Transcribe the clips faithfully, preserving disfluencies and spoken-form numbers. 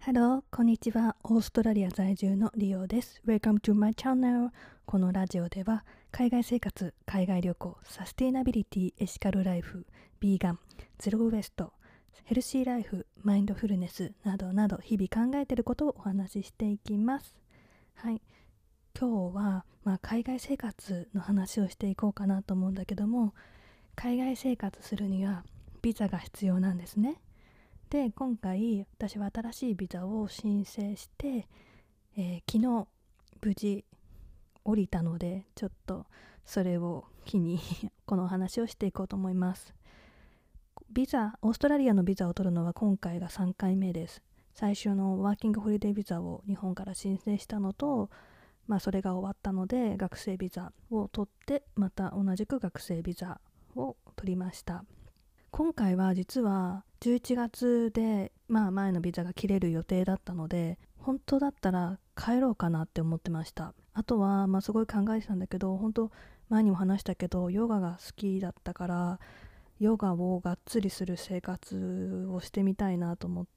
ハロー、こんにちは。オーストラリア在住のリオです。Welcome to my channel。このラジオでは、海外生活、海外旅行、サステイナビリティ、エシカルライフ、ビーガン、ゼロウエスト、ヘルシーライフ、マインドフルネスなどなど日々考えていることをお話ししていきます。はい。今日は、まあ、海外生活の話をしていこうかなと思うんだけども、海外生活するにはビザが必要なんですね。で今回私は新しいビザを申請して、えー昨日無事降りたので、ちょっとそれを機にこの話をしていこうと思います。ビザオーストラリアのビザを取るのは今回がさんかいめです。最初のワーキングホリデービザを日本から申請したのと、まあ、それが終わったので学生ビザを取って、また同じく学生ビザを取りました。今回は実はじゅういちがつで、まあ、前のビザが切れる予定だったので、本当だったら帰ろうかなって思ってました。あとは、まあ、すごい考えてたんだけど、本当前にも話したけどヨガが好きだったから、ヨガをがっつりする生活をしてみたいなと思って、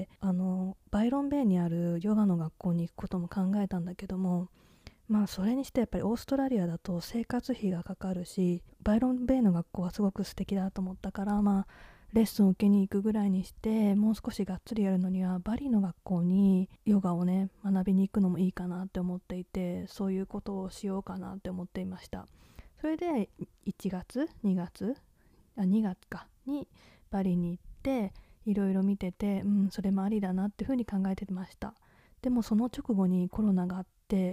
あのバイロンベイにあるヨガの学校に行くことも考えたんだけども、まあそれにしてやっぱりオーストラリアだと生活費がかかるし、バイロンベイの学校はすごく素敵だと思ったから、まあレッスンを受けに行くぐらいにして、もう少しがっつりやるのにはバリの学校にヨガをね学びに行くのもいいかなって思っていて、そういうことをしようかなって思っていました。それでいちがつにがつあにがつかにバリに行っていろいろ見てて、うん、それもありだなっていうふうに考えてました。でもその直後にコロナがあって、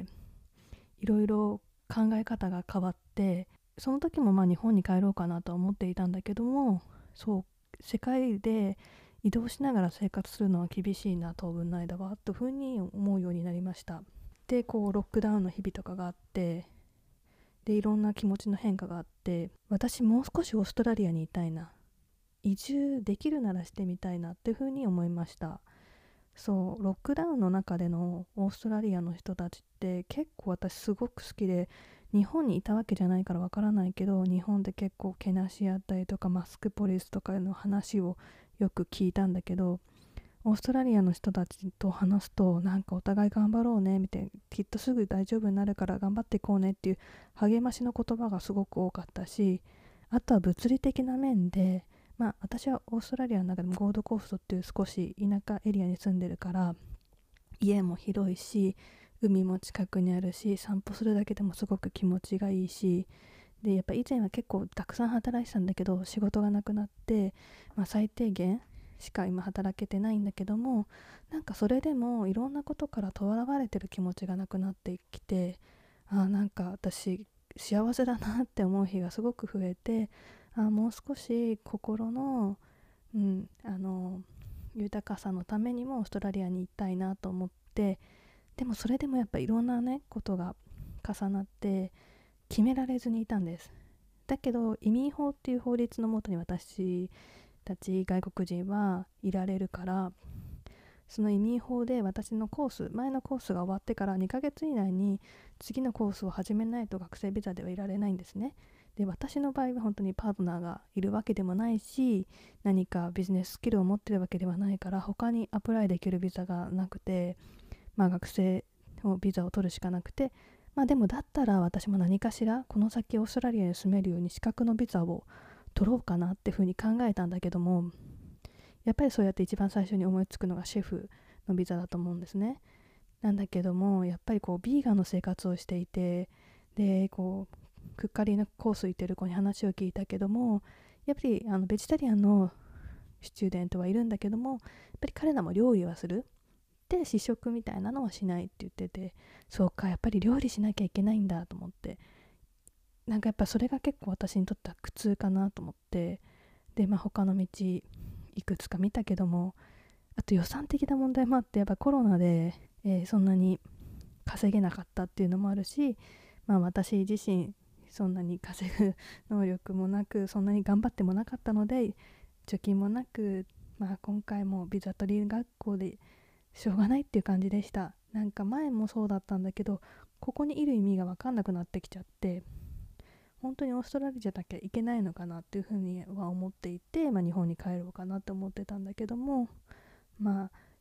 いろいろ考え方が変わって、その時もまあ日本に帰ろうかなとは思っていたんだけども、そう世界で移動しながら生活するのは厳しいな、当分の間はというふうに思うようになりました。でこうロックダウンの日々とかがあって、でいろんな気持ちの変化があって、私もう少しオーストラリアにいたいな、移住できるならしてみたいなっていうふうに思いました。そうロックダウンの中でのオーストラリアの人たちって結構私すごく好きで、日本にいたわけじゃないからわからないけど、日本で結構けなし合ったりとかマスクポリスとかの話をよく聞いたんだけど、オーストラリアの人たちと話すと、なんかお互い頑張ろうねみたいな、きっとすぐ大丈夫になるから頑張っていこうねっていう励ましの言葉がすごく多かったし、あとは物理的な面で、まあ私はオーストラリアの中でもゴールドコーストっていう少し田舎エリアに住んでるから、家も広いし海も近くにあるし、散歩するだけでもすごく気持ちがいいし、でやっぱ以前は結構たくさん働いてたんだけど仕事がなくなって、まあ、最低限しか今働けてないんだけども、なんかそれでもいろんなことからとらわれてる気持ちがなくなってきて、あなんか私幸せだなって思う日がすごく増えて、あもう少し心の、うん、あの豊かさのためにもオーストラリアに行きたいなと思って、でもそれでもやっぱいろんなねことが重なって決められずにいたんです。だけど移民法っていう法律のもとに私たち外国人はいられるから、その移民法で私のコース前のコースが終わってからにかげつ以内に次のコースを始めないと学生ビザではいられないんですね。で私の場合は本当にパートナーがいるわけでもないし、何かビジネススキルを持ってるわけではないから、他にアプライできるビザがなくて、まあ学生をビザを取るしかなくて、まあでもだったら私も何かしらこの先オーストラリアに住めるように資格のビザを取ろうかなっていうふうに考えたんだけども、やっぱりそうやって一番最初に思いつくのがシェフのビザだと思うんですね。なんだけどもやっぱりこうビーガンの生活をしていて、でこうクッカリーのコース行ってる子に話を聞いたけども、やっぱりあのベジタリアンのスチューデントはいるんだけども、やっぱり彼らも料理はする、で試食みたいなのはしないって言ってて、そうかやっぱり料理しなきゃいけないんだと思って、なんかやっぱそれが結構私にとっては苦痛かなと思って、でまあ他の道いくつか見たけども、あと予算的な問題もあって、やっぱコロナで、えーそんなに稼げなかったっていうのもあるし、まあ私自身そんなに稼ぐ能力もなく、そんなに頑張ってもなかったので、貯金もなく、まあ今回もビザ取り学校でしょうがないっていう感じでした。なんか前もそうだったんだけど、ここにいる意味が分かんなくなってきちゃって、本当にオーストラリアじゃなきゃいけないのかなっていうふうには思っていて、まあ、日本に帰ろうかなって思ってたんだけども、まあ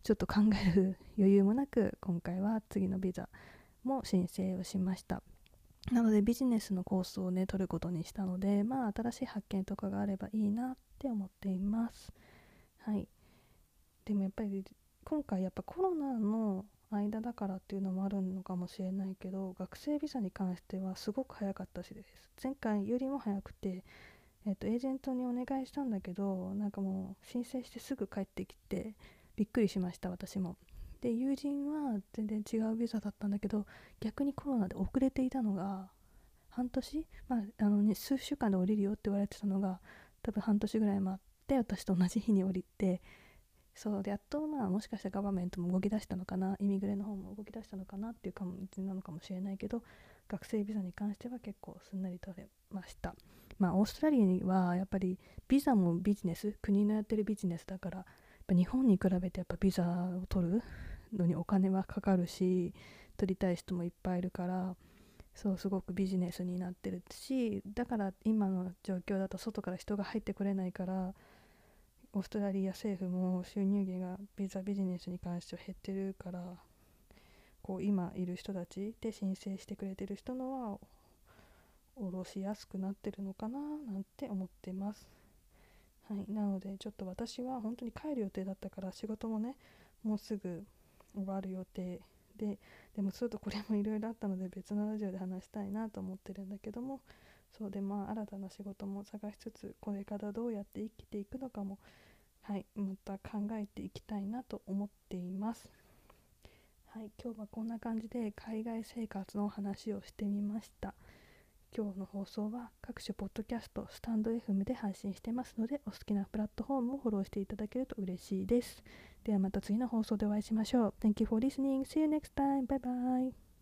ちょっと考える余裕もなく、今回は次のビザも申請をしました。なのでビジネスのコースをね取ることにしたので、まあ新しい発見とかがあればいいなって思っています。はい。でもやっぱり今回やっぱコロナの間だからっていうのもあるのかもしれないけど、学生ビザに関してはすごく早かったしです。前回よりも早くて、えっと、エージェントにお願いしたんだけど、なんかもう申請してすぐ帰ってきてびっくりしました、私も。で、友人は全然違うビザだったんだけど、逆にコロナで遅れていたのが半年、まああのね、数週間で降りるよって言われてたのが、多分半年ぐらい待って私と同じ日に降りて、そうで、やっとまあもしかしたらガバメントも動き出したのかな、イミグレの方も動き出したのかなっていう感じなのかもしれないけど、学生ビザに関しては結構すんなり取れました。まあオーストラリアはやっぱりビザもビジネス、国のやってるビジネスだから、やっぱ日本に比べてやっぱビザを取るのにお金はかかるし、取りたい人もいっぱいいるから、そうすごくビジネスになってるし、だから今の状況だと外から人が入ってこれないから、オーストラリア政府も収入源がビザビジネスに関しては減ってるから、こう今いる人たちで申請してくれてる人のは下ろしやすくなってるのかななんて思ってます。はい、なのでちょっと私は本当に帰る予定だったから、仕事もねもうすぐ終わる予定で、でもちょっとこれもいろいろあったので別のラジオで話したいなと思ってるんだけども、そうで、まあ新たな仕事も探しつつ、これからどうやって生きていくのかも、はい、また考えていきたいなと思っています。はい、今日はこんな感じで海外生活の話をしてみました。今日の放送は各種ポッドキャスト、スタンド エフエム で配信してますので、お好きなプラットフォームをフォローしていただけると嬉しいです。ではまた次の放送でお会いしましょう。Thank you for listening. See you next time. Bye bye.